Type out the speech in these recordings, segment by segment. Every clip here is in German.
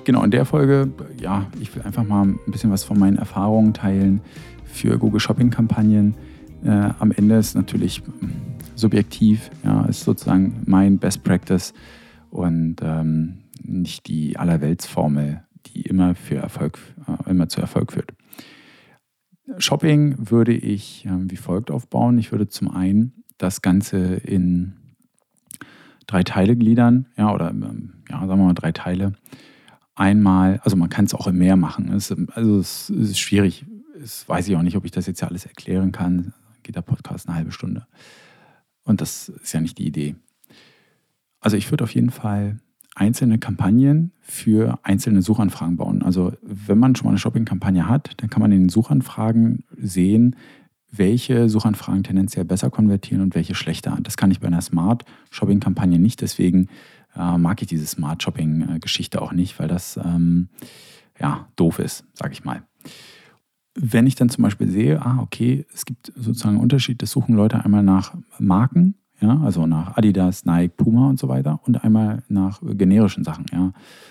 Genau, in der Folge, ja, ich will einfach mal ein bisschen was von meinen Erfahrungen teilen für Google Shopping-Kampagnen. Am Ende ist natürlich subjektiv, ja, ist sozusagen mein Best Practice und nicht die Allerweltsformel, die immer zu Erfolg führt. Shopping würde ich wie folgt aufbauen. Ich würde zum einen das Ganze in 3 Teile gliedern, ja, oder sagen wir mal 3 Teile. Einmal, also man kann es auch mehr machen. Es ist schwierig. Das weiß ich auch nicht, ob ich das jetzt ja alles erklären kann. Geht der Podcast eine halbe Stunde. Und das ist ja nicht die Idee. Also ich würde auf jeden Fall einzelne Kampagnen für einzelne Suchanfragen bauen. Also wenn man schon mal eine Shopping-Kampagne hat, dann kann man in den Suchanfragen sehen, welche Suchanfragen tendenziell besser konvertieren und welche schlechter. Das kann ich bei einer Smart-Shopping-Kampagne nicht. Deswegen mag ich diese Smart-Shopping-Geschichte auch nicht, weil das doof ist, sage ich mal. Wenn ich dann zum Beispiel sehe, okay, es gibt sozusagen einen Unterschied, das suchen Leute einmal nach Marken, ja, also nach Adidas, Nike, Puma und so weiter und einmal nach generischen Sachen, ja,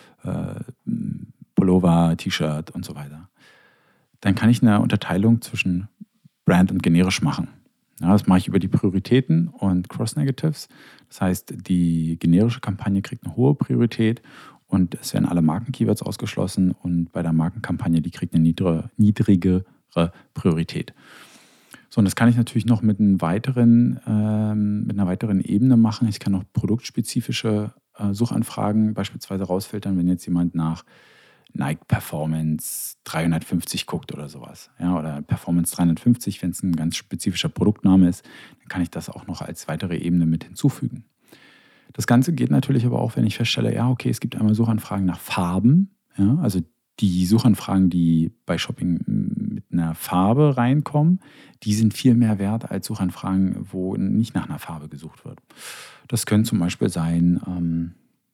Pullover, T-Shirt und so weiter. Dann kann ich eine Unterteilung zwischen Brand und generisch machen. Ja, das mache ich über die Prioritäten und Cross-Negatives. Das heißt, die generische Kampagne kriegt eine hohe Priorität und es werden alle Marken-Keywords ausgeschlossen und bei der Markenkampagne, die kriegt eine niedrigere Priorität. So, und das kann ich natürlich noch mit einer weiteren Ebene machen. Ich kann noch produktspezifische Suchanfragen beispielsweise rausfiltern, wenn jetzt jemand nach Nike Performance 350 guckt oder sowas. Ja, oder Performance 350, wenn es ein ganz spezifischer Produktname ist, dann kann ich das auch noch als weitere Ebene mit hinzufügen. Das Ganze geht natürlich aber auch, wenn ich feststelle, ja, okay, es gibt einmal Suchanfragen nach Farben, ja, also die Suchanfragen, die bei Shopping mit einer Farbe reinkommen, die sind viel mehr wert als Suchanfragen, wo nicht nach einer Farbe gesucht wird. Das können zum Beispiel sein,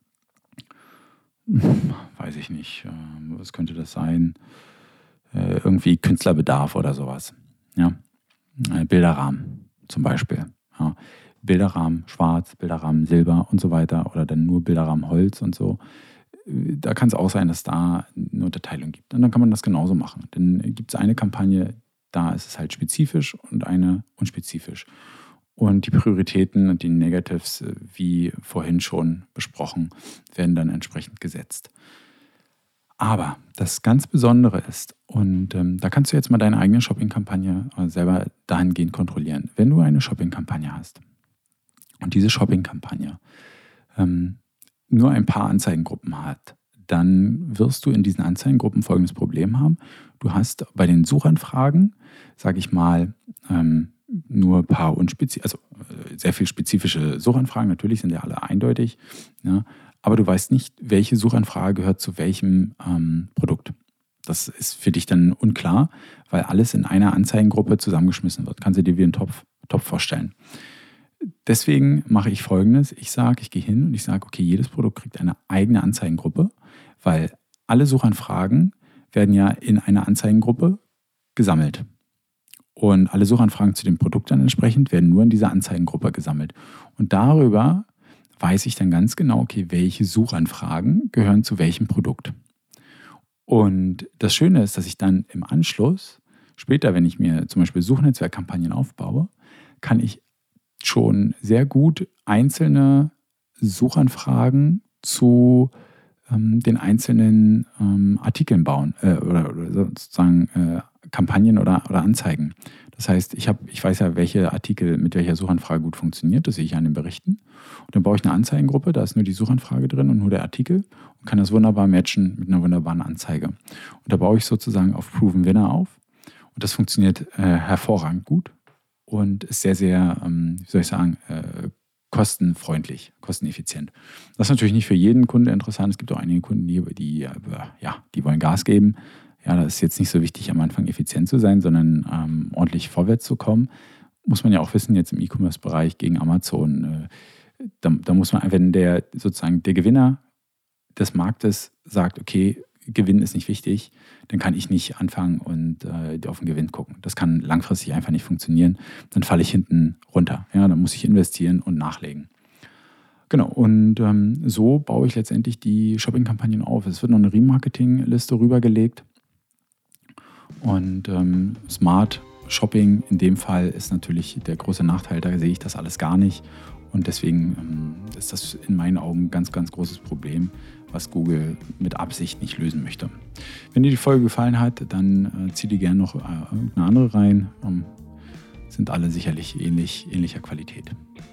weiß ich nicht, was könnte das sein? Irgendwie Künstlerbedarf oder sowas. Ja? Bilderrahmen zum Beispiel. Ja? Bilderrahmen schwarz, Bilderrahmen silber und so weiter oder dann nur Bilderrahmen Holz und so. Da kann es auch sein, dass da eine Unterteilung gibt. Und dann kann man das genauso machen. Dann gibt es eine Kampagne, da ist es halt spezifisch und eine unspezifisch. Und die Prioritäten und die Negatives, wie vorhin schon besprochen, werden dann entsprechend gesetzt. Aber das ganz Besondere ist, und da kannst du jetzt mal deine eigene Shopping-Kampagne selber dahingehend kontrollieren. Wenn du eine Shopping-Kampagne hast und diese Shopping-Kampagne nur ein paar Anzeigengruppen hat, dann wirst du in diesen Anzeigengruppen folgendes Problem haben. Du hast bei den Suchanfragen, sage ich mal, nur ein paar sehr viel spezifische Suchanfragen, natürlich sind ja alle eindeutig, ja, aber du weißt nicht, welche Suchanfrage gehört zu welchem Produkt. Das ist für dich dann unklar, weil alles in einer Anzeigengruppe zusammengeschmissen wird. Kannst du dir wie einen Topf vorstellen. Deswegen mache ich Folgendes. Ich gehe hin und ich sage, okay, jedes Produkt kriegt eine eigene Anzeigengruppe, weil alle Suchanfragen werden ja in einer Anzeigengruppe gesammelt. Und alle Suchanfragen zu dem Produkt dann entsprechend werden nur in dieser Anzeigengruppe gesammelt. Und darüber weiß ich dann ganz genau, okay, welche Suchanfragen gehören zu welchem Produkt. Und das Schöne ist, dass ich dann im Anschluss, später, wenn ich mir zum Beispiel Suchnetzwerkkampagnen aufbaue, kann ich schon sehr gut einzelne Suchanfragen zu den einzelnen Artikeln bauen oder sozusagen Kampagnen oder Anzeigen. Das heißt, ich weiß ja, welche Artikel mit welcher Suchanfrage gut funktioniert. Das sehe ich an den Berichten. Und dann baue ich eine Anzeigengruppe, da ist nur die Suchanfrage drin und nur der Artikel und kann das wunderbar matchen mit einer wunderbaren Anzeige. Und da baue ich sozusagen auf Proven Winner auf. Und das funktioniert hervorragend gut und ist sehr, sehr, kostenfreundlich, kosteneffizient. Das ist natürlich nicht für jeden Kunde interessant. Es gibt auch einige Kunden, die wollen Gas geben. Ja, das ist jetzt nicht so wichtig, am Anfang effizient zu sein, sondern ordentlich vorwärts zu kommen. Muss man ja auch wissen, jetzt im E-Commerce-Bereich gegen Amazon, da muss man, wenn der Gewinner des Marktes sagt, okay, Gewinn ist nicht wichtig, dann kann ich nicht anfangen und auf den Gewinn gucken. Das kann langfristig einfach nicht funktionieren. Dann falle ich hinten runter. Ja, dann muss ich investieren und nachlegen. Genau, und so baue ich letztendlich die Shopping-Kampagnen auf. Es wird noch eine Remarketing-Liste rübergelegt und Smart Shopping in dem Fall ist natürlich der große Nachteil, da sehe ich das alles gar nicht und deswegen ist das in meinen Augen ein ganz, ganz großes Problem, was Google mit Absicht nicht lösen möchte. Wenn dir die Folge gefallen hat, dann zieh dir gerne noch irgendeine andere rein. Sind alle sicherlich ähnlicher Qualität.